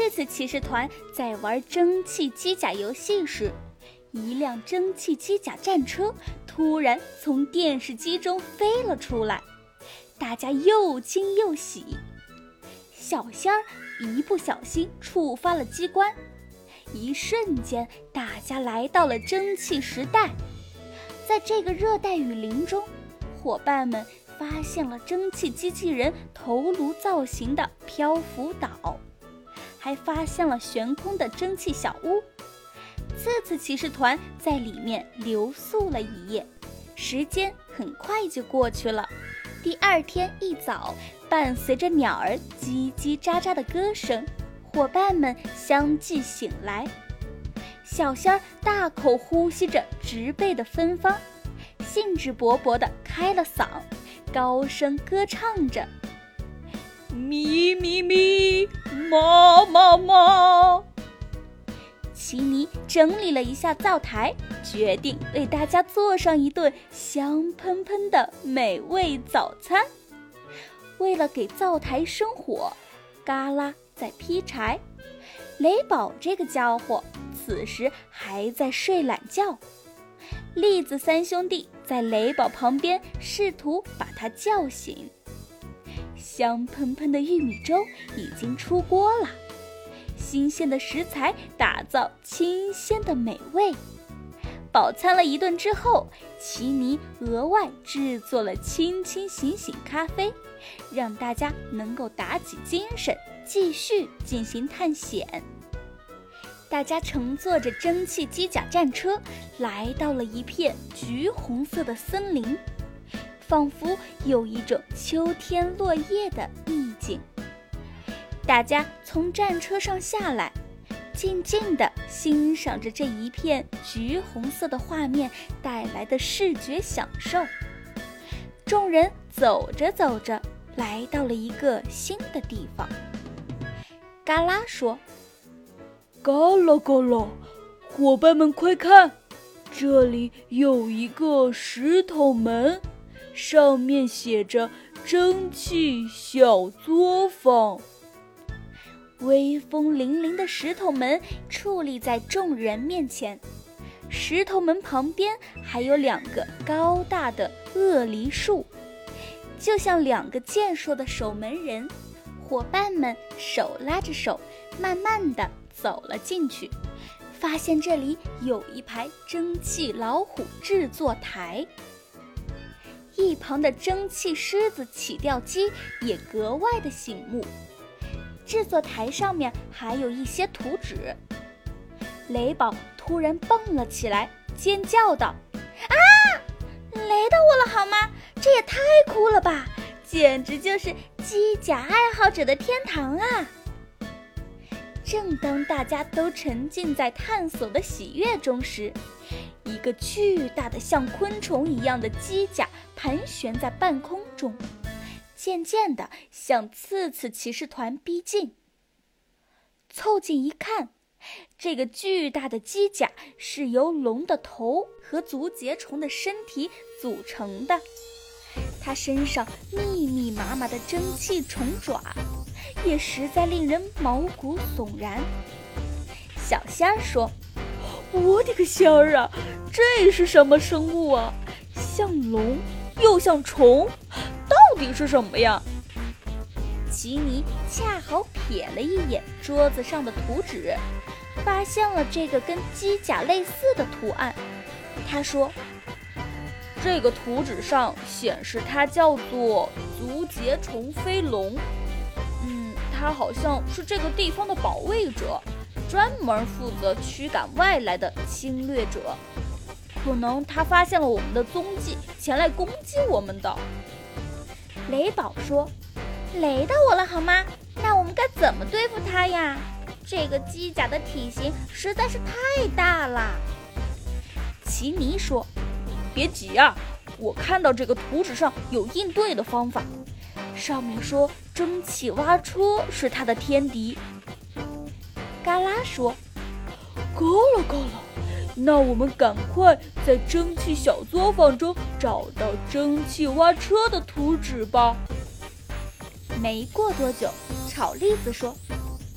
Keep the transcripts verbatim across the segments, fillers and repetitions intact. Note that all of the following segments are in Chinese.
次次骑士团在玩蒸汽机甲游戏时，一辆蒸汽机甲战车突然从电视机中飞了出来，大家又惊又喜。小仙儿一不小心触发了机关，一瞬间大家来到了蒸汽时代。在这个热带雨林中，伙伴们发现了蒸汽机器人头颅造型的漂浮岛，还发现了悬空的蒸汽小屋。次次骑士团在里面留宿了一夜，时间很快就过去了。第二天一早，伴随着鸟儿叽叽喳喳的歌声，伙伴们相继醒来。小仙儿大口呼吸着植被的芬芳，兴致勃勃地开了嗓，高声歌唱着：咪咪咪，嘛嘛嘛。奇尼整理了一下灶台，决定为大家做上一顿香喷喷的美味早餐。为了给灶台生火，嘎啦在劈柴，雷宝这个家伙此时还在睡懒觉。栗子三兄弟在雷宝旁边试图把他叫醒。香喷喷的玉米粥已经出锅了，新鲜的食材打造清鲜的美味。饱餐了一顿之后，奇尼额外制作了清清醒醒咖啡，让大家能够打起精神，继续进行探险。大家乘坐着蒸汽机甲战车，来到了一片橘红色的森林，仿佛有一种秋天落叶的意境。大家从战车上下来，静静地欣赏着这一片橘红色的画面带来的视觉享受。众人走着走着，来到了一个新的地方。嘎啦说：嘎啦嘎啦，伙伴们快看，这里有一个石头门，上面写着蒸汽小作坊。威风凛凛的石头门矗立在众人面前，石头门旁边还有两个高大的鳄梨树，就像两个健硕的守门人。伙伴们手拉着手，慢慢地走了进去，发现这里有一排蒸汽老虎制作台，一旁的蒸汽狮子起吊机也格外的醒目。制作台上面还有一些图纸。雷宝突然蹦了起来，尖叫道：啊，雷到我了好吗？这也太酷了吧，简直就是机甲爱好者的天堂啊！正当大家都沉浸在探索的喜悦中时，一个巨大的像昆虫一样的机甲盘旋在半空中，渐渐地向次次骑士团逼近。凑近一看，这个巨大的机甲是由龙的头和足节虫的身体组成的，它身上密密麻麻的蒸汽虫爪，也实在令人毛骨悚然。小仙儿说：我的个仙儿啊，这是什么生物啊？像龙又像虫，到底是什么呀？奇尼恰好瞥了一眼桌子上的图纸，发现了这个跟机甲类似的图案。他说：这个图纸上显示它叫做足节虫飞龙，嗯，它好像是这个地方的保卫者，专门负责驱赶外来的侵略者，可能他发现了我们的踪迹，前来攻击我们的。雷宝说：雷到我了好吗？那我们该怎么对付他呀？这个机甲的体型实在是太大了。奇尼说：别急啊，我看到这个图纸上有应对的方法，上面说蒸汽挖车是他的天敌。嘎啦说：够了够了，那我们赶快在蒸汽小作坊中找到蒸汽挖车的图纸吧。没过多久，炒栗子说：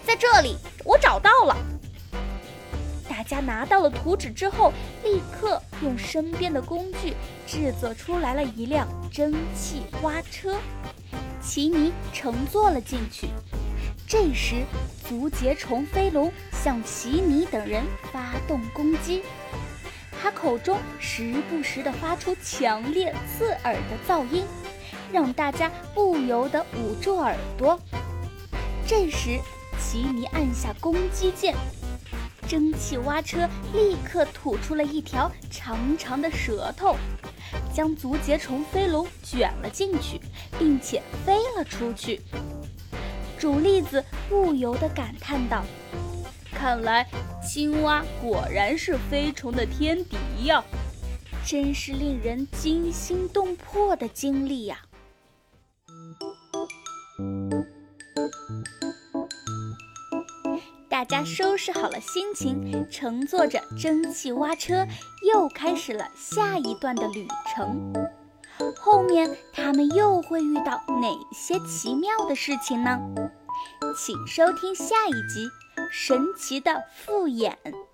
在这里，我找到了。大家拿到了图纸之后，立刻用身边的工具制作出来了一辆蒸汽挖车。奇尼乘坐了进去。这时，足节虫飞龙向奇尼等人发动攻击。他口中时不时地发出强烈刺耳的噪音，让大家不由得捂住耳朵。这时，奇尼按下攻击键，蒸汽挖车立刻吐出了一条长长的舌头，将足节虫飞龙卷了进去，并且飞了出去。煮栗子不由得感叹道：“看来青蛙果然是飞虫的天敌呀，真是令人惊心动魄的经历呀！”大家收拾好了心情，乘坐着蒸汽挖车，又开始了下一段的旅程。后面他们又会遇到哪些奇妙的事情呢？请收听下一集《神奇的复眼》。